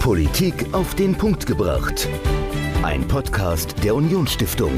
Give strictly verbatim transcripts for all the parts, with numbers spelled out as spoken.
Politik auf den Punkt gebracht. Ein Podcast der Unionsstiftung.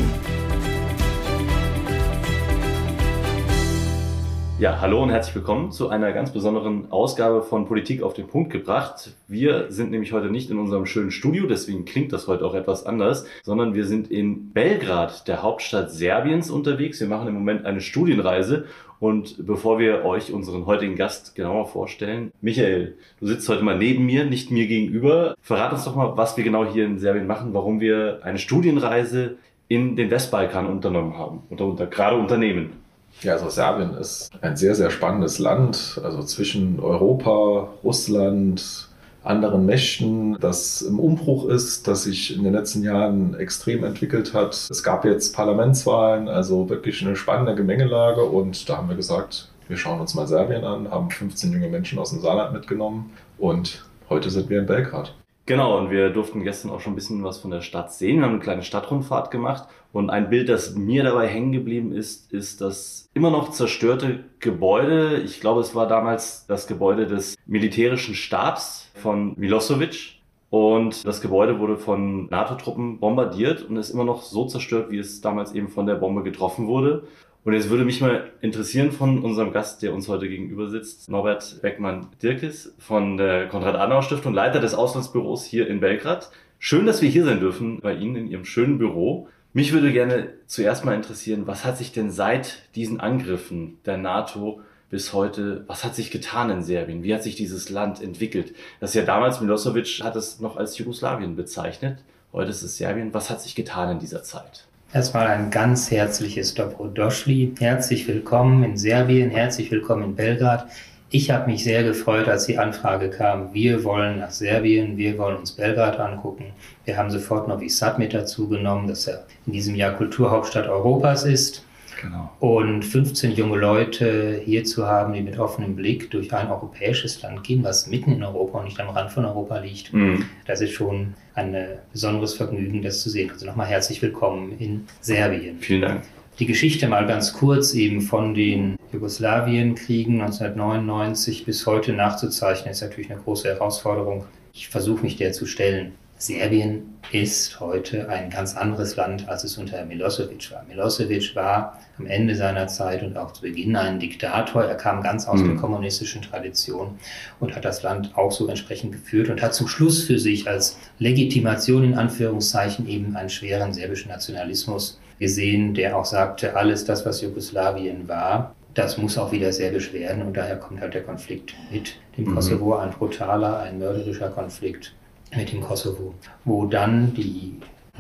Ja, hallo und herzlich willkommen zu einer ganz besonderen Ausgabe von Politik auf den Punkt gebracht. Wir sind nämlich heute nicht in unserem schönen Studio, deswegen klingt das heute auch etwas anders, sondern wir sind in Belgrad, der Hauptstadt Serbiens, unterwegs. Wir machen im Moment eine Studienreise und bevor wir euch unseren heutigen Gast genauer vorstellen, Michael, du sitzt heute mal neben mir, nicht mir gegenüber. Verrat uns doch mal, was wir genau hier in Serbien machen, warum wir eine Studienreise in den Westbalkan unternommen haben oder unter, gerade unternehmen. Ja, also Serbien ist ein sehr, sehr spannendes Land, also zwischen Europa, Russland, anderen Mächten, das im Umbruch ist, das sich in den letzten Jahren extrem entwickelt hat. Es gab jetzt Parlamentswahlen, also wirklich eine spannende Gemengelage und da haben wir gesagt, wir schauen uns mal Serbien an, haben fünfzehn junge Menschen aus dem Saarland mitgenommen und heute sind wir in Belgrad. Genau, und wir durften gestern auch schon ein bisschen was von der Stadt sehen. Wir haben eine kleine Stadtrundfahrt gemacht und ein Bild, das mir dabei hängen geblieben ist, ist das immer noch zerstörte Gebäude. Ich glaube, es war damals das Gebäude des militärischen Stabs von Milosevic und das Gebäude wurde von NATO-Truppen bombardiert und ist immer noch so zerstört, wie es damals eben von der Bombe getroffen wurde. Und jetzt würde mich mal interessieren von unserem Gast, der uns heute gegenüber sitzt, Norbert Beckmann-Dirkes von der Konrad-Adenauer-Stiftung, Leiter des Auslandsbüros hier in Belgrad. Schön, dass wir hier sein dürfen bei Ihnen in Ihrem schönen Büro. Mich würde gerne zuerst mal interessieren, was hat sich denn seit diesen Angriffen der NATO bis heute, was hat sich getan in Serbien? Wie hat sich dieses Land entwickelt? Das ist ja damals, Milosevic hat es noch als Jugoslawien bezeichnet. Heute ist es Serbien. Was hat sich getan in dieser Zeit? Erstmal ein ganz herzliches Dobrodošli. Herzlich willkommen in Serbien, herzlich willkommen in Belgrad. Ich habe mich sehr gefreut, als die Anfrage kam, wir wollen nach Serbien, wir wollen uns Belgrad angucken. Wir haben sofort Novi Sad mit dazu genommen, dass er in diesem Jahr Kulturhauptstadt Europas ist. Genau. Und fünfzehn junge Leute hier zu haben, die mit offenem Blick durch ein europäisches Land gehen, was mitten in Europa und nicht am Rand von Europa liegt. Mhm. Das ist schon ein besonderes Vergnügen, das zu sehen. Also nochmal herzlich willkommen in Serbien. Vielen Dank. Die Geschichte mal ganz kurz eben von den Jugoslawienkriegen neunzehnhundertneunundneunzig bis heute nachzuzeichnen, ist natürlich eine große Herausforderung. Ich versuche mich der zu stellen. Serbien ist heute ein ganz anderes Land, als es unter Milosevic war. Milosevic war am Ende seiner Zeit und auch zu Beginn ein Diktator. Er kam ganz aus mhm. der kommunistischen Tradition und hat das Land auch so entsprechend geführt und hat zum Schluss für sich als Legitimation in Anführungszeichen eben einen schweren serbischen Nationalismus gesehen, der auch sagte, alles das, was Jugoslawien war, das muss auch wieder serbisch werden und daher kommt halt der Konflikt mit dem mhm. Kosovo, ein brutaler, ein mörderischer Konflikt mit dem Kosovo, wo dann die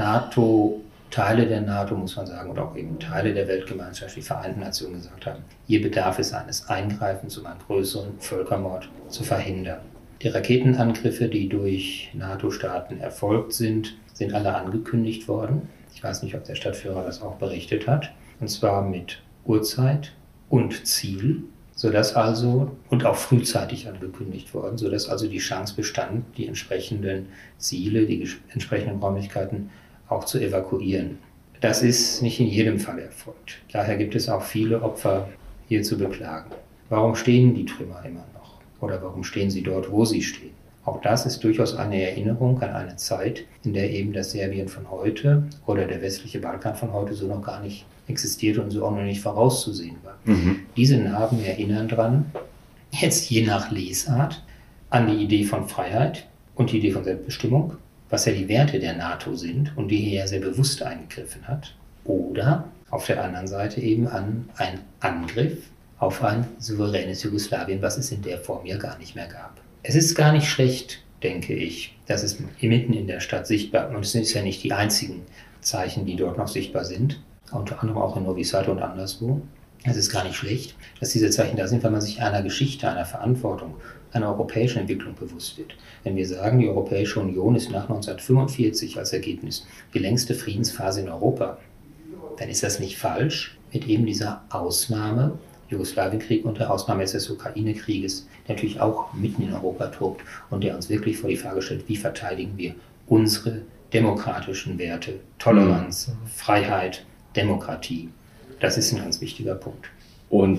NATO, Teile der NATO, muss man sagen, oder auch eben Teile der Weltgemeinschaft, die Vereinten Nationen gesagt haben, hier bedarf es eines Eingreifens, um einen größeren Völkermord zu verhindern. Die Raketenangriffe, die durch NATO-Staaten erfolgt sind, sind alle angekündigt worden. Ich weiß nicht, ob der Stadtführer das auch berichtet hat. Und zwar mit Uhrzeit und Ziel, sodass also, und auch frühzeitig angekündigt worden, sodass also die Chance bestand, die entsprechenden Ziele, die entsprechenden Räumlichkeiten auch zu evakuieren. Das ist nicht in jedem Fall erfolgt. Daher gibt es auch viele Opfer hier zu beklagen. Warum stehen die Trümmer immer noch? Oder warum stehen sie dort, wo sie stehen? Auch das ist durchaus eine Erinnerung an eine Zeit, in der eben das Serbien von heute oder der westliche Balkan von heute so noch gar nicht existiert und so auch noch nicht vorauszusehen war. Mhm. Diese Narben erinnern dran, jetzt je nach Lesart, an die Idee von Freiheit und die Idee von Selbstbestimmung, was ja die Werte der NATO sind und die hier ja sehr bewusst eingegriffen hat. Oder auf der anderen Seite eben an einen Angriff auf ein souveränes Jugoslawien, was es in der Form ja gar nicht mehr gab. Es ist gar nicht schlecht, denke ich, dass es mitten in der Stadt sichtbar ist. Und es sind ja nicht die einzigen Zeichen, die dort noch sichtbar sind. Unter anderem auch in Novi Sad und anderswo. Es ist gar nicht schlecht, dass diese Zeichen da sind, weil man sich einer Geschichte, einer Verantwortung, einer europäischen Entwicklung bewusst wird. Wenn wir sagen, die Europäische Union ist nach neunzehnhundertfünfundvierzig als Ergebnis die längste Friedensphase in Europa, dann ist das nicht falsch mit eben dieser Ausnahme, Jugoslawienkrieg und der Ausnahme jetzt des Ukraine-Krieges, der natürlich auch mitten in Europa tobt und der uns wirklich vor die Frage stellt, wie verteidigen wir unsere demokratischen Werte, Toleranz, mhm. Freiheit, Demokratie. Das ist ein ganz wichtiger Punkt. Und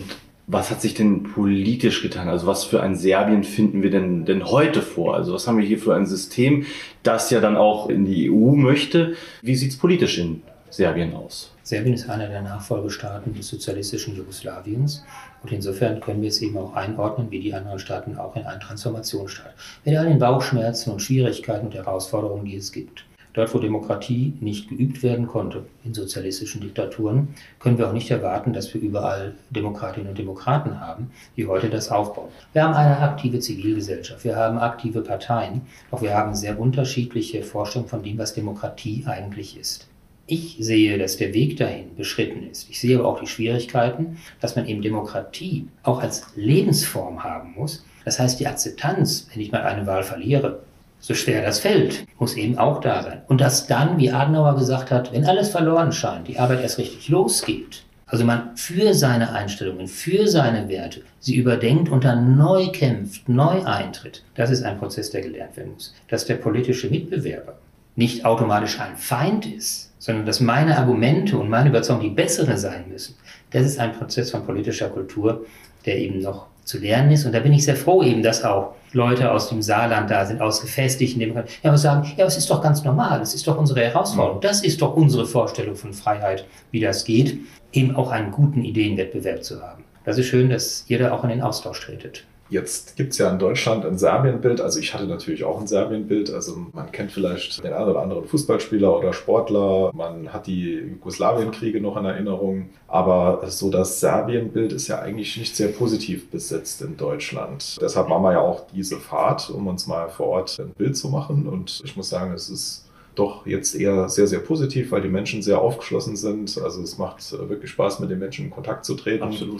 Was hat sich denn politisch getan? Also was für ein Serbien finden wir denn, denn heute vor? Also was haben wir hier für ein System, das ja dann auch in die E U möchte? Wie sieht es politisch in Serbien aus? Serbien ist einer der Nachfolgestaaten des sozialistischen Jugoslawiens und insofern können wir es eben auch einordnen, wie die anderen Staaten, auch in einen Transformationsstaat. Mit all den Bauchschmerzen und Schwierigkeiten und Herausforderungen, die es gibt. Dort, wo Demokratie nicht geübt werden konnte, in sozialistischen Diktaturen, können wir auch nicht erwarten, dass wir überall Demokratinnen und Demokraten haben, die heute das aufbauen. Wir haben eine aktive Zivilgesellschaft, wir haben aktive Parteien, doch wir haben sehr unterschiedliche Vorstellungen von dem, was Demokratie eigentlich ist. Ich sehe, dass der Weg dahin beschritten ist. Ich sehe aber auch die Schwierigkeiten, dass man eben Demokratie auch als Lebensform haben muss. Das heißt, die Akzeptanz, wenn ich mal eine Wahl verliere, so schwer das fällt, muss eben auch da sein. Und dass dann, wie Adenauer gesagt hat, wenn alles verloren scheint, die Arbeit erst richtig losgeht, also man für seine Einstellungen, für seine Werte sie überdenkt und dann neu kämpft, neu eintritt, das ist ein Prozess, der gelernt werden muss. Dass der politische Mitbewerber nicht automatisch ein Feind ist, sondern dass meine Argumente und meine Überzeugung die bessere sein müssen, das ist ein Prozess von politischer Kultur, der eben noch zu lernen ist. Und da bin ich sehr froh eben, dass auch Leute aus dem Saarland da sind, aus gefestigten Demokratien, ja, aber sagen, ja, es ist doch ganz normal, es ist doch unsere Herausforderung, das ist doch unsere Vorstellung von Freiheit, wie das geht, eben auch einen guten Ideenwettbewerb zu haben. Das ist schön, dass ihr da auch in den Austausch tretet. Jetzt gibt es ja in Deutschland ein Serbien-Bild, also ich hatte natürlich auch ein Serbien-Bild, also man kennt vielleicht den einen oder anderen Fußballspieler oder Sportler, man hat die Jugoslawienkriege noch in Erinnerung, aber so das Serbien-Bild ist ja eigentlich nicht sehr positiv besetzt in Deutschland. Deshalb machen wir ja auch diese Fahrt, um uns mal vor Ort ein Bild zu machen, und ich muss sagen, es ist doch jetzt eher sehr, sehr positiv, weil die Menschen sehr aufgeschlossen sind, also es macht wirklich Spaß, mit den Menschen in Kontakt zu treten. Absolut.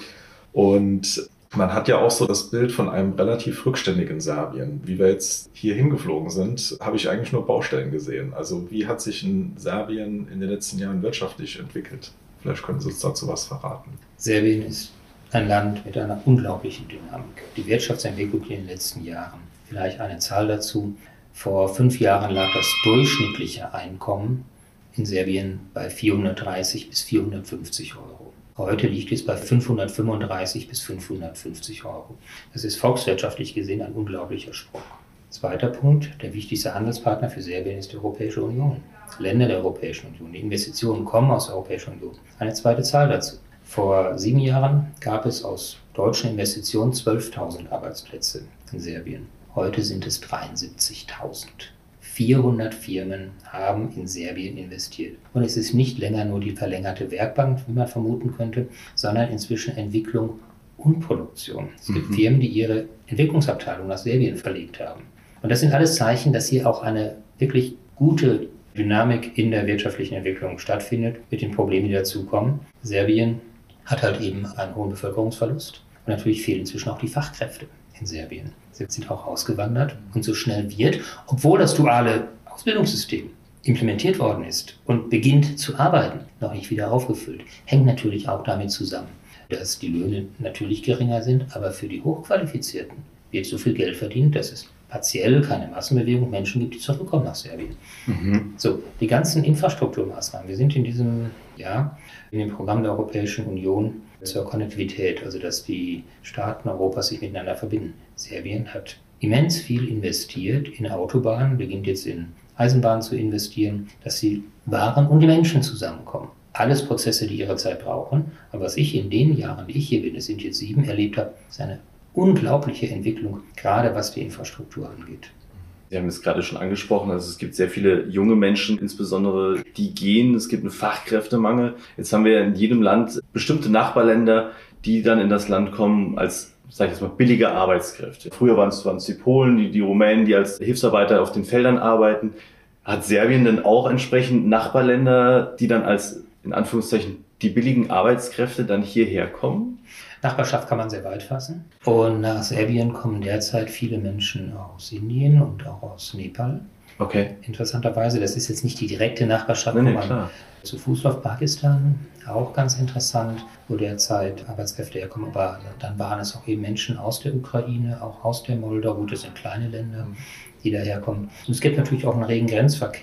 Und man hat ja auch so das Bild von einem relativ rückständigen Serbien. Wie wir jetzt hier hingeflogen sind, habe ich eigentlich nur Baustellen gesehen. Also wie hat sich in Serbien in den letzten Jahren wirtschaftlich entwickelt? Vielleicht können Sie uns dazu was verraten. Serbien ist ein Land mit einer unglaublichen Dynamik. Die Wirtschaftsentwicklung in den letzten Jahren. Vielleicht eine Zahl dazu. Vor fünf Jahren lag das durchschnittliche Einkommen in Serbien bei vierhundertdreißig bis vierhundertfünfzig Euro. Heute liegt es bei fünfhundertfünfunddreißig bis fünfhundertfünfzig Euro. Das ist volkswirtschaftlich gesehen ein unglaublicher Sprung. Zweiter Punkt, der wichtigste Handelspartner für Serbien ist die Europäische Union. Länder der Europäischen Union. Die Investitionen kommen aus der Europäischen Union. Eine zweite Zahl dazu. Vor sieben Jahren gab es aus deutschen Investitionen zwölftausend Arbeitsplätze in Serbien. Heute sind es dreiundsiebzigtausend. vierhundert Firmen haben in Serbien investiert. Und es ist nicht länger nur die verlängerte Werkbank, wie man vermuten könnte, sondern inzwischen Entwicklung und Produktion. Es gibt mhm. Firmen, die ihre Entwicklungsabteilung nach Serbien verlegt haben. Und das sind alles Zeichen, dass hier auch eine wirklich gute Dynamik in der wirtschaftlichen Entwicklung stattfindet, mit den Problemen, die dazukommen. Serbien hat halt eben einen hohen Bevölkerungsverlust. Und natürlich fehlen inzwischen auch die Fachkräfte in Serbien. Sie sind auch ausgewandert, und so schnell wird, obwohl das duale Ausbildungssystem implementiert worden ist und beginnt zu arbeiten, noch nicht wieder aufgefüllt, hängt natürlich auch damit zusammen, dass die Löhne natürlich geringer sind, aber für die Hochqualifizierten wird so viel Geld verdient, dass es partiell keine Massenbewegung Menschen gibt, die zurückkommen nach Serbien. Mhm. So, die ganzen Infrastrukturmaßnahmen. Wir sind in diesem Jahr in dem Programm der Europäischen Union zur Konnektivität, also dass die Staaten Europas sich miteinander verbinden. Serbien hat immens viel investiert in Autobahnen, beginnt jetzt in Eisenbahnen zu investieren, dass die Waren und die Menschen zusammenkommen. Alles Prozesse, die ihre Zeit brauchen. Aber was ich in den Jahren, die ich hier bin, es sind jetzt sieben, erlebt habe, ist eine unglaubliche Entwicklung, gerade was die Infrastruktur angeht. Sie haben es gerade schon angesprochen, also es gibt sehr viele junge Menschen, insbesondere die gehen, es gibt einen Fachkräftemangel. Jetzt haben wir in jedem Land bestimmte Nachbarländer, die dann in das Land kommen als, sag ich jetzt mal, billige Arbeitskräfte. Früher waren es, waren es die Polen, die, die Rumänen, die als Hilfsarbeiter auf den Feldern arbeiten. Hat Serbien denn auch entsprechend Nachbarländer, die dann als, in Anführungszeichen, die billigen Arbeitskräfte dann hierher kommen? Nachbarschaft kann man sehr weit fassen. Und nach Serbien kommen derzeit viele Menschen aus Indien und auch aus Nepal. Okay. Interessanterweise, das ist jetzt nicht die direkte Nachbarschaft, nee, wo man klar. zu Fuß läuft. Pakistan, auch ganz interessant, wo derzeit Arbeitskräfte herkommen. Aber dann waren es auch eben Menschen aus der Ukraine, auch aus der Moldau. Gut, das sind kleine Länder, die daherkommen. Und es gibt natürlich auch einen regen Grenzverkehr.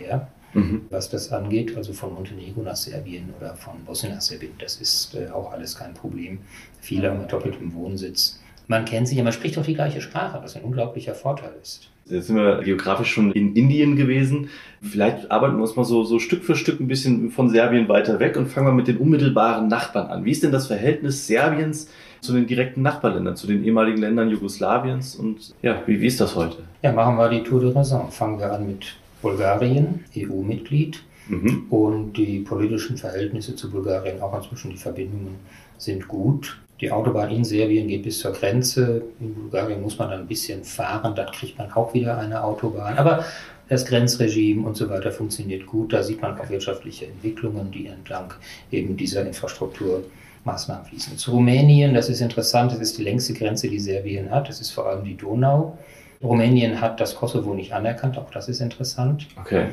mhm. was das angeht, also von Montenegro nach Serbien oder von Bosnien nach Serbien. Das ist äh, auch alles kein Problem. Viele haben mit doppeltem Wohnsitz. Man kennt sich ja, man spricht doch die gleiche Sprache, was ein unglaublicher Vorteil ist. Jetzt sind wir geografisch schon in Indien gewesen. Vielleicht arbeiten wir uns mal so, so Stück für Stück ein bisschen von Serbien weiter weg und fangen wir mit den unmittelbaren Nachbarn an. Wie ist denn das Verhältnis Serbiens zu den direkten Nachbarländern, zu den ehemaligen Ländern Jugoslawiens und ja, wie, wie ist das heute? Ja, machen wir die Tour de Raison. Fangen wir an mit Bulgarien, E U-Mitglied. Mhm. Und die politischen Verhältnisse zu Bulgarien, auch inzwischen die Verbindungen, sind gut. Die Autobahn in Serbien geht bis zur Grenze. In Bulgarien muss man dann ein bisschen fahren, dann kriegt man auch wieder eine Autobahn. Aber das Grenzregime und so weiter funktioniert gut. Da sieht man auch wirtschaftliche Entwicklungen, die entlang eben dieser Infrastrukturmaßnahmen fließen. Zu Rumänien, das ist interessant, das ist die längste Grenze, die Serbien hat. Das ist vor allem die Donau. Rumänien hat das Kosovo nicht anerkannt, auch das ist interessant. Okay.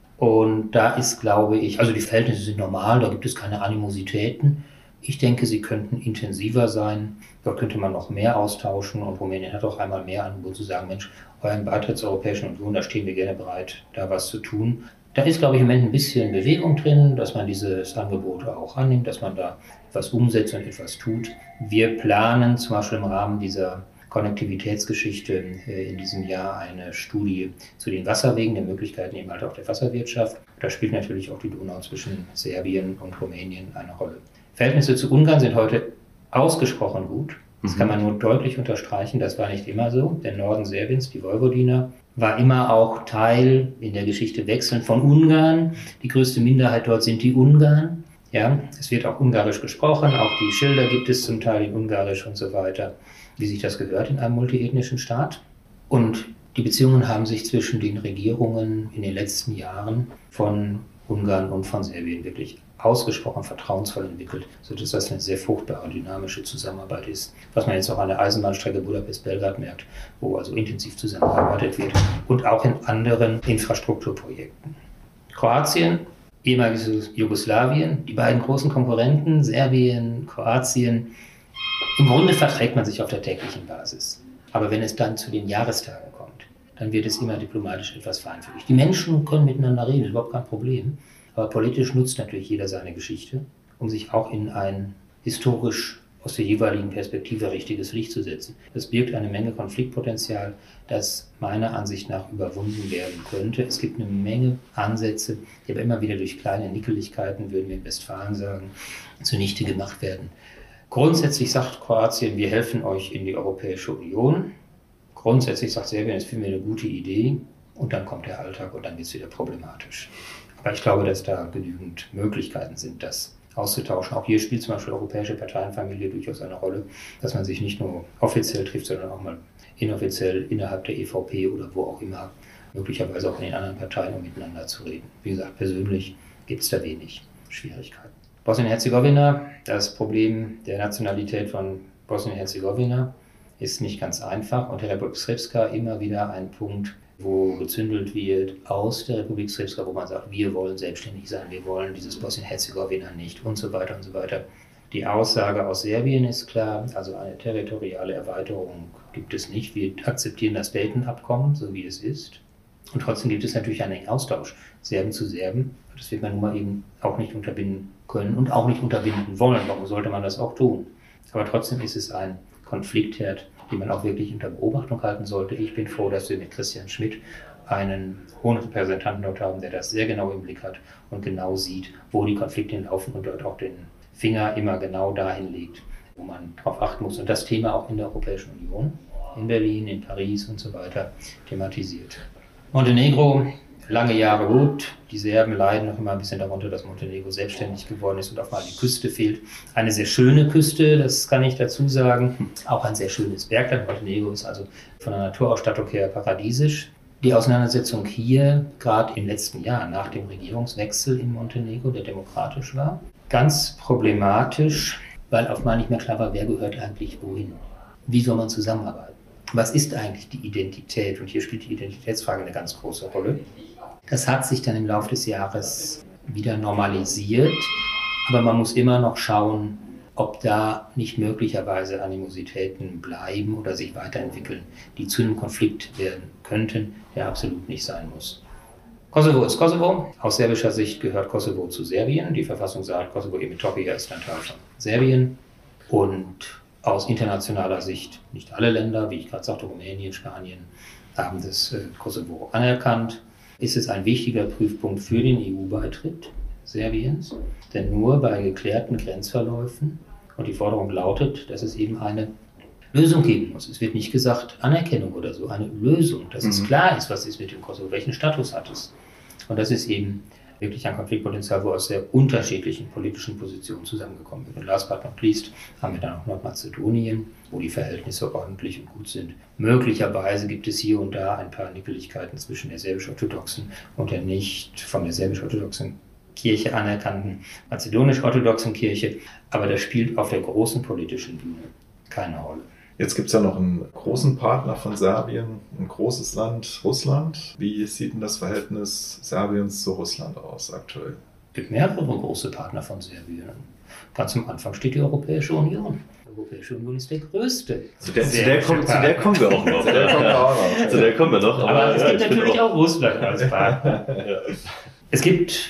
Und da ist, glaube ich, also die Verhältnisse sind normal, da gibt es keine Animositäten. Ich denke, sie könnten intensiver sein, dort könnte man noch mehr austauschen und Rumänien hat auch einmal mehr Angebot zu sagen, Mensch, euren Beitritt zur Europäischen Union, da stehen wir gerne bereit, da was zu tun. Da ist, glaube ich, im Moment ein bisschen Bewegung drin, dass man dieses Angebot auch annimmt, dass man da etwas umsetzt und etwas tut. Wir planen zum Beispiel im Rahmen dieser Konnektivitätsgeschichte in diesem Jahr eine Studie zu den Wasserwegen, den Möglichkeiten eben halt auch der Wasserwirtschaft. Da spielt natürlich auch die Donau zwischen Serbien und Rumänien eine Rolle. Verhältnisse zu Ungarn sind heute ausgesprochen gut. Das mhm. kann man nur deutlich unterstreichen. Das war nicht immer so. Der Norden Serbiens, die Vojvodina, war immer auch Teil in der Geschichte wechselnd von Ungarn. Die größte Minderheit dort sind die Ungarn. Ja, es wird auch Ungarisch gesprochen. Auch die Schilder gibt es zum Teil in Ungarisch und so weiter, wie sich das gehört in einem multiethnischen Staat. Und die Beziehungen haben sich zwischen den Regierungen in den letzten Jahren von Ungarn und von Serbien wirklich ausgesprochen vertrauensvoll entwickelt, sodass das eine sehr fruchtbare, dynamische Zusammenarbeit ist, was man jetzt auch an der Eisenbahnstrecke Budapest-Belgrad merkt, wo also intensiv zusammengearbeitet wird und auch in anderen Infrastrukturprojekten. Kroatien, ehemaliges Jugoslawien, die beiden großen Konkurrenten, Serbien, Kroatien, im Grunde verträgt man sich auf der täglichen Basis. Aber wenn es dann zu den Jahrestagen kommt, dann wird es immer diplomatisch etwas feinfühlig. Die Menschen können miteinander reden, überhaupt kein Problem. Aber politisch nutzt natürlich jeder seine Geschichte, um sich auch in ein historisch aus der jeweiligen Perspektive richtiges Licht zu setzen. Das birgt eine Menge Konfliktpotenzial, das meiner Ansicht nach überwunden werden könnte. Es gibt eine Menge Ansätze, die aber immer wieder durch kleine Nickeligkeiten, würden wir in Westfalen sagen, zunichte gemacht werden. Grundsätzlich sagt Kroatien, wir helfen euch in die Europäische Union. Grundsätzlich sagt Serbien, das finden wir eine gute Idee. Und dann kommt der Alltag und dann wird es wieder problematisch. Aber ich glaube, dass da genügend Möglichkeiten sind, das auszutauschen. Auch hier spielt zum Beispiel die Europäische Parteienfamilie durchaus eine Rolle, dass man sich nicht nur offiziell trifft, sondern auch mal inoffiziell innerhalb der E V P oder wo auch immer, möglicherweise auch in den anderen Parteien, um miteinander zu reden. Wie gesagt, persönlich gibt es da wenig Schwierigkeiten. Bosnien-Herzegowina, das Problem der Nationalität von Bosnien-Herzegowina ist nicht ganz einfach und der Republika Srpska immer wieder ein Punkt, wo gezündelt wird aus der Republika Srpska, wo man sagt, wir wollen selbstständig sein, wir wollen dieses Bosnien-Herzegowina nicht und so weiter und so weiter. Die Aussage aus Serbien ist klar, also eine territoriale Erweiterung gibt es nicht. Wir akzeptieren das Dayton-Abkommen, so wie es ist. Und trotzdem gibt es natürlich einen engen Austausch, Serben zu Serben. Das wird man nun mal eben auch nicht unterbinden können und auch nicht unterbinden wollen. Warum sollte man das auch tun? Aber trotzdem ist es ein Konfliktherd, den man auch wirklich unter Beobachtung halten sollte. Ich bin froh, dass wir mit Christian Schmidt einen hohen Repräsentanten dort haben, der das sehr genau im Blick hat und genau sieht, wo die Konflikte laufen und dort auch den Finger immer genau dahin legt, wo man darauf achten muss. Und das Thema auch in der Europäischen Union, in Berlin, in Paris und so weiter thematisiert. Montenegro, lange Jahre gut. Die Serben leiden noch immer ein bisschen darunter, dass Montenegro selbstständig geworden ist und auf einmal die Küste fehlt. Eine sehr schöne Küste, das kann ich dazu sagen. Auch ein sehr schönes Bergland. Montenegro ist also von der Naturausstattung her paradiesisch. Die Auseinandersetzung hier, gerade im letzten Jahr, nach dem Regierungswechsel in Montenegro, der demokratisch war, ganz problematisch, weil auf einmal nicht mehr klar war, wer gehört eigentlich wohin. Wie soll man zusammenarbeiten? Was ist eigentlich die Identität? Und hier spielt die Identitätsfrage eine ganz große Rolle. Das hat sich dann im Laufe des Jahres wieder normalisiert, aber man muss immer noch schauen, ob da nicht möglicherweise Animositäten bleiben oder sich weiterentwickeln, die zu einem Konflikt werden könnten, der absolut nicht sein muss. Kosovo ist Kosovo. Aus serbischer Sicht gehört Kosovo zu Serbien. Die Verfassung sagt, Kosovo e Metochija ist ein Teil von Serbien. Und aus internationaler Sicht, nicht alle Länder, wie ich gerade sagte, Rumänien, Spanien, haben das äh, Kosovo anerkannt. Ist es ein wichtiger Prüfpunkt für den E U-Beitritt Serbiens, denn nur bei geklärten Grenzverläufen, und die Forderung lautet, dass es eben eine Lösung geben muss. Es wird nicht gesagt Anerkennung oder so, eine Lösung, dass mhm. es klar ist, was ist mit dem Kosovo, welchen Status hat es. Und das ist eben wirklich ein Konfliktpotenzial, wo aus sehr unterschiedlichen politischen Positionen zusammengekommen wird. Und last but not least haben wir dann auch Nordmazedonien, wo die Verhältnisse ordentlich und gut sind. Möglicherweise gibt es hier und da ein paar Nickeligkeiten zwischen der serbisch-orthodoxen und der nicht von der serbisch-orthodoxen Kirche anerkannten mazedonisch-orthodoxen Kirche. Aber das spielt auf der großen politischen Bühne keine Rolle. Jetzt gibt es ja noch einen großen Partner von Serbien, ein großes Land, Russland. Wie sieht denn das Verhältnis Serbiens zu Russland aus aktuell? Es gibt mehrere große Partner von Serbien. Ganz am Anfang steht die Europäische Union. Die Europäische Union ist der größte. Zu der, zu der, kommen, zu der kommen wir auch noch. zu, der kommen wir auch noch. zu der kommen wir noch. Aber, aber es gibt natürlich auch Russland als Partner. ja. Es gibt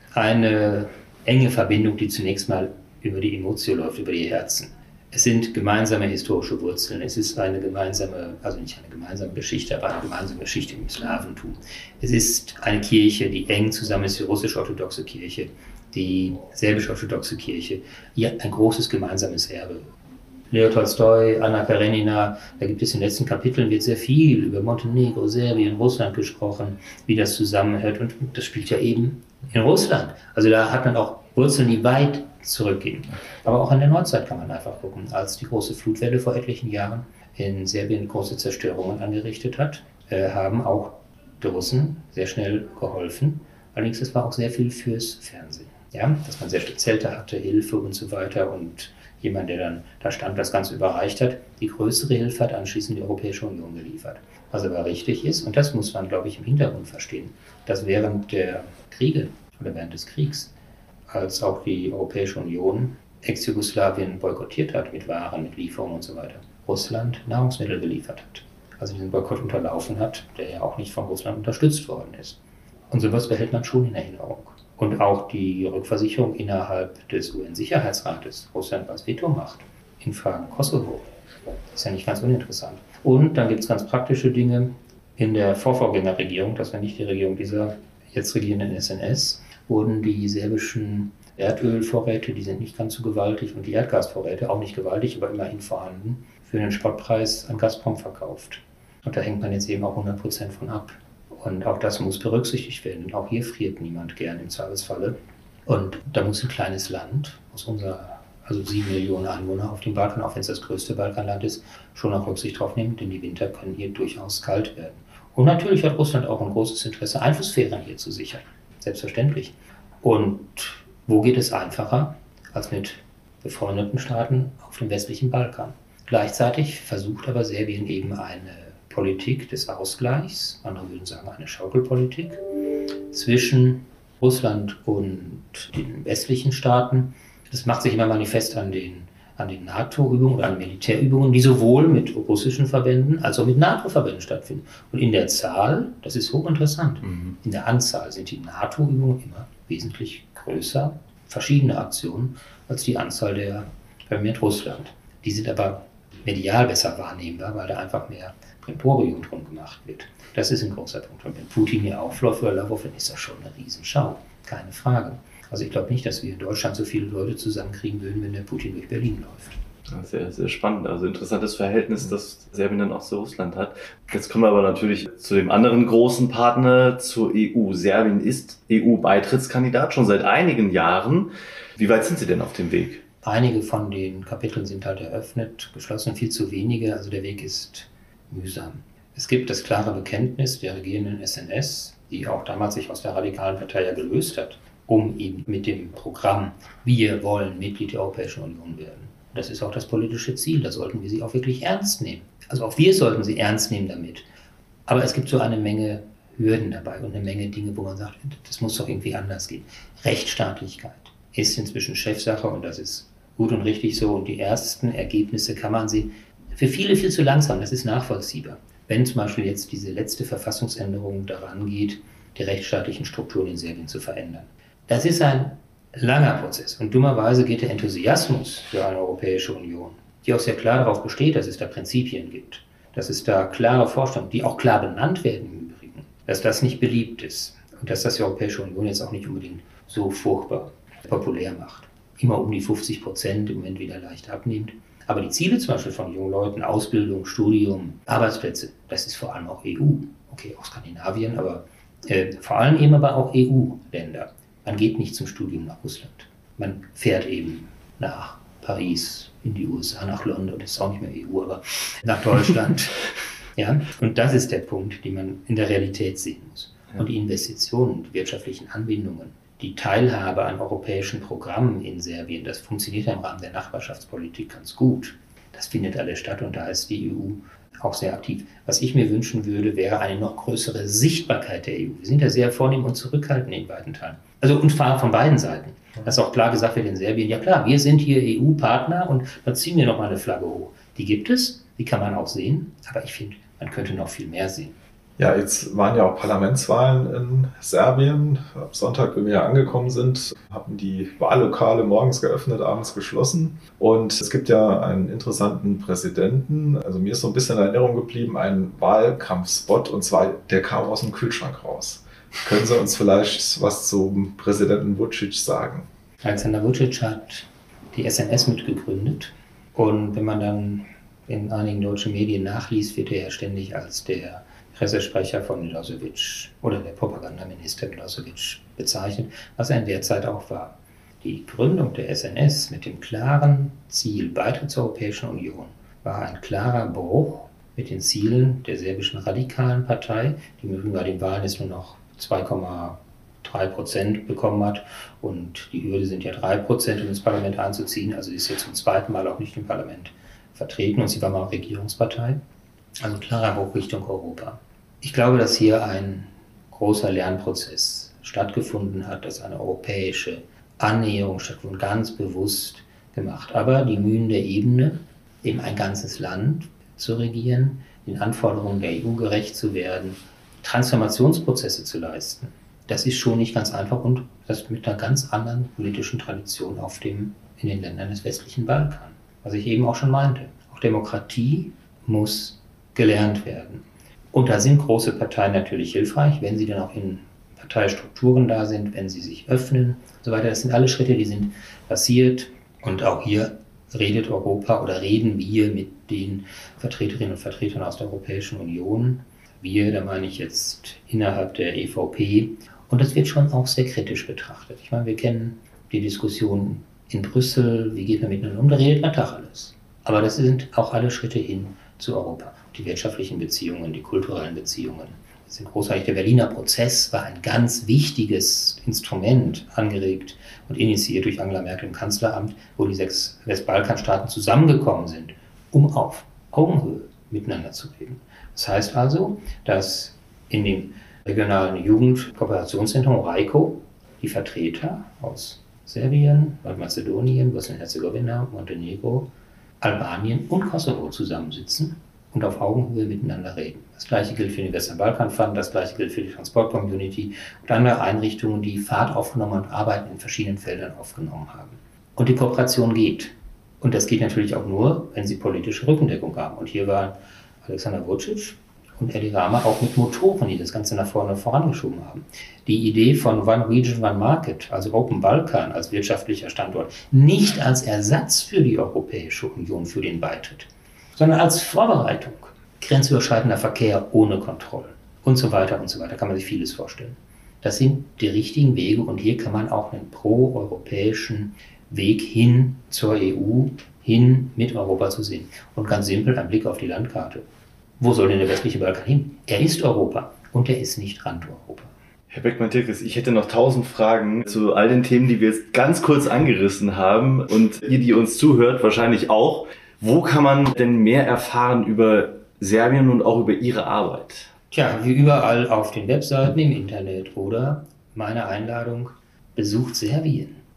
eine enge Verbindung, die zunächst mal über die Emotio läuft, über die Herzen. Es sind gemeinsame historische Wurzeln. Es ist eine gemeinsame, also nicht eine gemeinsame Geschichte, aber eine gemeinsame Geschichte im Slawentum. Es ist eine Kirche, die eng zusammen ist, die russisch-orthodoxe Kirche, die serbisch-orthodoxe Kirche. Hier ein großes gemeinsames Erbe. Leo Tolstoi, Anna Karenina, da gibt es in den letzten Kapiteln wird sehr viel über Montenegro, Serbien, Russland gesprochen, wie das zusammenhört. Und das spielt ja eben in Russland. Also da hat man auch Wurzeln, die weit zurückgehen. Aber auch an der Neuzeit kann man einfach gucken. Als die große Flutwelle vor etlichen Jahren in Serbien große Zerstörungen angerichtet hat, äh, haben auch die Russen sehr schnell geholfen. Allerdings, es war auch sehr viel fürs Fernsehen. Ja? Dass man sehr Zelte hatte, Hilfe und so weiter und jemand, der dann da stand, das Ganze überreicht hat. Die größere Hilfe hat anschließend die Europäische Union geliefert. Was aber richtig ist, und das muss man, glaube ich, im Hintergrund verstehen, dass während der Kriege oder während des Kriegs, als auch die Europäische Union Ex-Jugoslawien boykottiert hat mit Waren, mit Lieferungen und so weiter, Russland Nahrungsmittel geliefert hat. Also diesen Boykott unterlaufen hat, der ja auch nicht von Russland unterstützt worden ist. Und sowas behält man schon in Erinnerung. Und auch die Rückversicherung innerhalb des U N-Sicherheitsrates, Russland als Vetomacht in Fragen Kosovo, ist ja nicht ganz uninteressant. Und dann gibt es ganz praktische Dinge in der Vorvorgängerregierung, das war nicht die Regierung dieser jetzt regierenden S N S, wurden die serbischen Erdölvorräte, die sind nicht ganz so gewaltig, und die Erdgasvorräte, auch nicht gewaltig, aber immerhin vorhanden, für einen Spottpreis an Gazprom verkauft. Und da hängt man jetzt eben auch hundert Prozent von ab. Und auch das muss berücksichtigt werden. Und auch hier friert niemand gern im Zweifelsfalle. Und da muss ein kleines Land, aus unserer, also sieben Millionen Einwohner auf dem Balkan, auch wenn es das größte Balkanland ist, schon auch Rücksicht drauf nehmen, denn die Winter können hier durchaus kalt werden. Und natürlich hat Russland auch ein großes Interesse, Einflusssphären hier zu sichern. Selbstverständlich. Und wo geht es einfacher als mit befreundeten Staaten auf dem westlichen Balkan? Gleichzeitig versucht aber Serbien eben eine Politik des Ausgleichs, andere würden sagen eine Schaukelpolitik, zwischen Russland und den westlichen Staaten. Das macht sich immer manifest an den, an den NATO-Übungen oder an Militärübungen, die sowohl mit russischen Verbänden als auch mit NATO-Verbänden stattfinden. Und in der Zahl, das ist hochinteressant, mhm. in der Anzahl sind die NATO-Übungen immer wesentlich größer, verschiedene Aktionen, als die Anzahl der mit Russland. Die sind aber medial besser wahrnehmbar, weil da einfach mehr Emporium drum gemacht wird. Das ist ein großer Punkt. Und wenn Putin hier aufläuft oder Lavrov, dann ist das schon eine Riesenschau. Keine Frage. Also ich glaube nicht, dass wir in Deutschland so viele Leute zusammenkriegen würden, wenn der Putin durch Berlin läuft. Ja, sehr, sehr spannend. Also interessantes Verhältnis, das Serbien dann auch zu Russland hat. Jetzt kommen wir aber natürlich zu dem anderen großen Partner, zur E U. Serbien ist E U-Beitrittskandidat schon seit einigen Jahren. Wie weit sind Sie denn auf dem Weg? Einige von den Kapiteln sind halt eröffnet, geschlossen, viel zu wenige. Also der Weg ist mühsam. Es gibt das klare Bekenntnis der regierenden S N S, die auch damals sich aus der radikalen Partei ja gelöst hat, um eben mit dem Programm, wir wollen Mitglied der Europäischen Union werden. Das ist auch das politische Ziel, da sollten wir sie auch wirklich ernst nehmen. Also auch wir sollten sie ernst nehmen damit. Aber es gibt so eine Menge Hürden dabei und eine Menge Dinge, wo man sagt, das muss doch irgendwie anders gehen. Rechtsstaatlichkeit ist inzwischen Chefsache und das ist gut und richtig so. Und die ersten Ergebnisse kann man sehen. Für viele viel zu langsam, das ist nachvollziehbar. Wenn zum Beispiel jetzt diese letzte Verfassungsänderung daran geht, die rechtsstaatlichen Strukturen in Serbien zu verändern. Das ist ein langer Prozess und dummerweise geht der Enthusiasmus für eine Europäische Union, die auch sehr klar darauf besteht, dass es da Prinzipien gibt, dass es da klare Vorstellungen, die auch klar benannt werden im Übrigen, dass das nicht beliebt ist und dass das die Europäische Union jetzt auch nicht unbedingt so furchtbar populär macht. Immer um die fünfzig Prozent im Moment wieder leicht abnimmt. Aber die Ziele zum Beispiel von jungen Leuten, Ausbildung, Studium, Arbeitsplätze, das ist vor allem auch E U. Okay, auch Skandinavien, aber äh, vor allem eben aber auch E U-Länder. Man geht nicht zum Studium nach Russland. Man fährt eben nach Paris, in die U S A, nach London, das ist auch nicht mehr E U, aber nach Deutschland. Ja? Und das ist der Punkt, den man in der Realität sehen muss. Und die Investitionen, die wirtschaftlichen Anbindungen, die Teilhabe an europäischen Programmen in Serbien, das funktioniert ja im Rahmen der Nachbarschaftspolitik ganz gut. Das findet alles statt und da ist die E U auch sehr aktiv. Was ich mir wünschen würde, wäre eine noch größere Sichtbarkeit der E U. Wir sind ja sehr vornehm und zurückhaltend in weiten Teilen. Also und zwar von beiden Seiten. Dass auch klar gesagt wird in Serbien, ja klar, wir sind hier E U-Partner und dann ziehen wir noch mal eine Flagge hoch. Die gibt es, die kann man auch sehen, aber ich finde, man könnte noch viel mehr sehen. Ja, jetzt waren ja auch Parlamentswahlen in Serbien. Am Sonntag, wenn wir ja angekommen sind, hatten die Wahllokale morgens geöffnet, abends geschlossen. Und es gibt ja einen interessanten Präsidenten. Also mir ist so ein bisschen in Erinnerung geblieben, ein Wahlkampfspot, und zwar der kam aus dem Kühlschrank raus. Können Sie uns vielleicht was zum Präsidenten Vučić sagen? Alexander Vučić hat die S N S mitgegründet. Und wenn man dann in einigen deutschen Medien nachliest, wird er ja ständig als der Pressesprecher von Milosevic oder der Propagandaminister Milosevic bezeichnet, was er in der Zeit auch war. Die Gründung der S N S mit dem klaren Ziel Beitritt zur Europäischen Union war ein klarer Bruch mit den Zielen der serbischen radikalen Partei, die übrigens bei den Wahlen jetzt nur noch zwei Komma drei Prozent bekommen hat und die Hürde sind ja drei Prozent, um ins Parlament einzuziehen, also sie ist jetzt zum zweiten Mal auch nicht im Parlament vertreten und sie war mal Regierungspartei. Also klarer Bruch Richtung Europa. Ich glaube, dass hier ein großer Lernprozess stattgefunden hat, dass eine europäische Annäherung stattgefunden, ganz bewusst gemacht. Aber die Mühen der Ebene, eben ein ganzes Land zu regieren, den Anforderungen der E U gerecht zu werden, Transformationsprozesse zu leisten, das ist schon nicht ganz einfach und das mit einer ganz anderen politischen Tradition auf dem, in den Ländern des westlichen Balkan. Was ich eben auch schon meinte. Auch Demokratie muss gelernt werden. Und da sind große Parteien natürlich hilfreich, wenn sie dann auch in Parteistrukturen da sind, wenn sie sich öffnen und so weiter. Das sind alle Schritte, die sind passiert. Und auch hier redet Europa oder reden wir mit den Vertreterinnen und Vertretern aus der Europäischen Union. Wir, da meine ich jetzt innerhalb der E V P. Und das wird schon auch sehr kritisch betrachtet. Ich meine, wir kennen die Diskussion in Brüssel, wie geht man miteinander um, da redet man Tacheles. Aber das sind auch alle Schritte hin zu Europa. Die wirtschaftlichen Beziehungen, die kulturellen Beziehungen sind großartig. Der Berliner Prozess war ein ganz wichtiges Instrument, angeregt und initiiert durch Angela Merkel im Kanzleramt, wo die sechs Westbalkanstaaten zusammengekommen sind, um auf Augenhöhe miteinander zu reden. Das heißt also, dass in dem regionalen Jugendkooperationszentrum RAICO die Vertreter aus Serbien, Nordmazedonien, Bosnien-Herzegowina, Montenegro, Albanien und Kosovo zusammensitzen und auf Augenhöhe miteinander reden. Das Gleiche gilt für den Western Balkan Fund, das Gleiche gilt für die Transport-Community und andere Einrichtungen, die Fahrt aufgenommen und Arbeiten in verschiedenen Feldern aufgenommen haben. Und die Kooperation geht. Und das geht natürlich auch nur, wenn sie politische Rückendeckung haben. Und hier waren Alexander Vučić und Edi Rama auch mit Motoren, die das Ganze nach vorne vorangeschoben haben. Die Idee von One Region, One Market, also Open Balkan als wirtschaftlicher Standort, nicht als Ersatz für die Europäische Union, für den Beitritt, sondern als Vorbereitung. Grenzüberschreitender Verkehr ohne Kontrollen und so weiter und so weiter. Kann man sich vieles vorstellen. Das sind die richtigen Wege und hier kann man auch einen pro-europäischen Weg hin zur E U, hin mit Europa zu sehen. Und ganz simpel ein Blick auf die Landkarte. Wo soll denn der westliche Balkan hin? Er ist Europa und er ist nicht Rand-Europa. Herr Beckmann-Tirkes, ich hätte noch tausend Fragen zu all den Themen, die wir jetzt ganz kurz angerissen haben und ihr, die uns zuhört, wahrscheinlich auch. Wo kann man denn mehr erfahren über Serbien und auch über Ihre Arbeit? Tja, wie überall auf den Webseiten im Internet oder meine Einladung, besucht Serbien.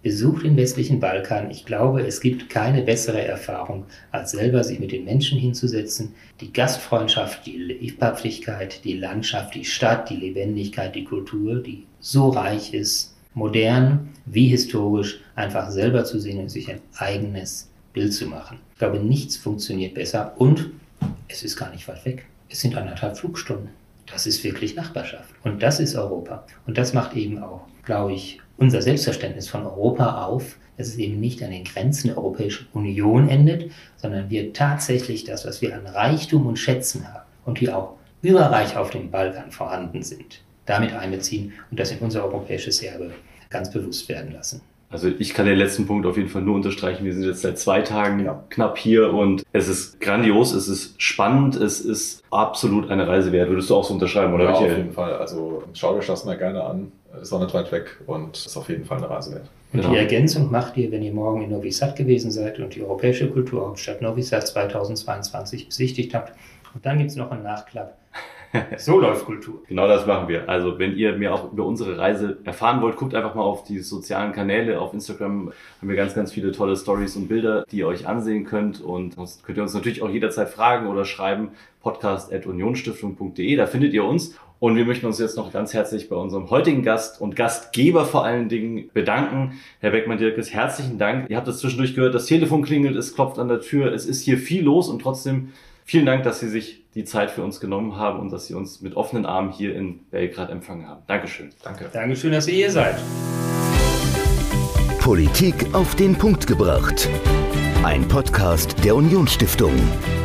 Besucht den westlichen Balkan. Ich glaube, es gibt keine bessere Erfahrung, als selber sich mit den Menschen hinzusetzen. Die Gastfreundschaft, die Lebhaftigkeit, die Landschaft, die Stadt, die Lebendigkeit, die Kultur, die so reich ist, modern wie historisch, einfach selber zu sehen und sich ein eigenes Bild zu machen. Ich glaube, nichts funktioniert besser und es ist gar nicht weit weg. Es sind anderthalb Flugstunden. Das ist wirklich Nachbarschaft. Und das ist Europa. Und das macht eben auch, glaube ich, unser Selbstverständnis von Europa auf, dass es eben nicht an den Grenzen der Europäischen Union endet, sondern wir tatsächlich das, was wir an Reichtum und Schätzen haben und die auch überreich auf dem Balkan vorhanden sind, damit einbeziehen und das in unser europäisches Erbe ganz bewusst werden lassen. Also ich kann den letzten Punkt auf jeden Fall nur unterstreichen. Wir sind jetzt seit zwei Tagen ja. knapp hier und es ist grandios, es ist spannend, es ist absolut eine Reise wert. Würdest du auch so unterschreiben, oder? Ja, Michael? auf jeden Fall. Also schau dir das mal gerne an. Ist auch nicht weit weg und ist auf jeden Fall eine Reise wert. Und Genau. Die Ergänzung macht ihr, wenn ihr morgen in Novi Sad gewesen seid und die Europäische Kulturhauptstadt Novi Sad zweitausendzweiundzwanzig besichtigt habt. Und dann gibt es noch einen Nachklapp. So läuft Kultur. Genau das machen wir. Also wenn ihr mehr auch über unsere Reise erfahren wollt, guckt einfach mal auf die sozialen Kanäle. Auf Instagram haben wir ganz, ganz viele tolle Stories und Bilder, die ihr euch ansehen könnt. Und sonst könnt ihr uns natürlich auch jederzeit fragen oder schreiben. podcast at unionsstiftung punkt de, da findet ihr uns. Und wir möchten uns jetzt noch ganz herzlich bei unserem heutigen Gast und Gastgeber vor allen Dingen bedanken. Herr Beckmann-Dirkes, herzlichen Dank. Ihr habt es zwischendurch gehört, das Telefon klingelt, es klopft an der Tür. Es ist hier viel los und trotzdem vielen Dank, dass Sie sich die Zeit für uns genommen haben und dass Sie uns mit offenen Armen hier in Belgrad empfangen haben. Dankeschön. Danke. Dankeschön, dass ihr hier seid. Politik auf den Punkt gebracht. Ein Podcast der Unionsstiftung.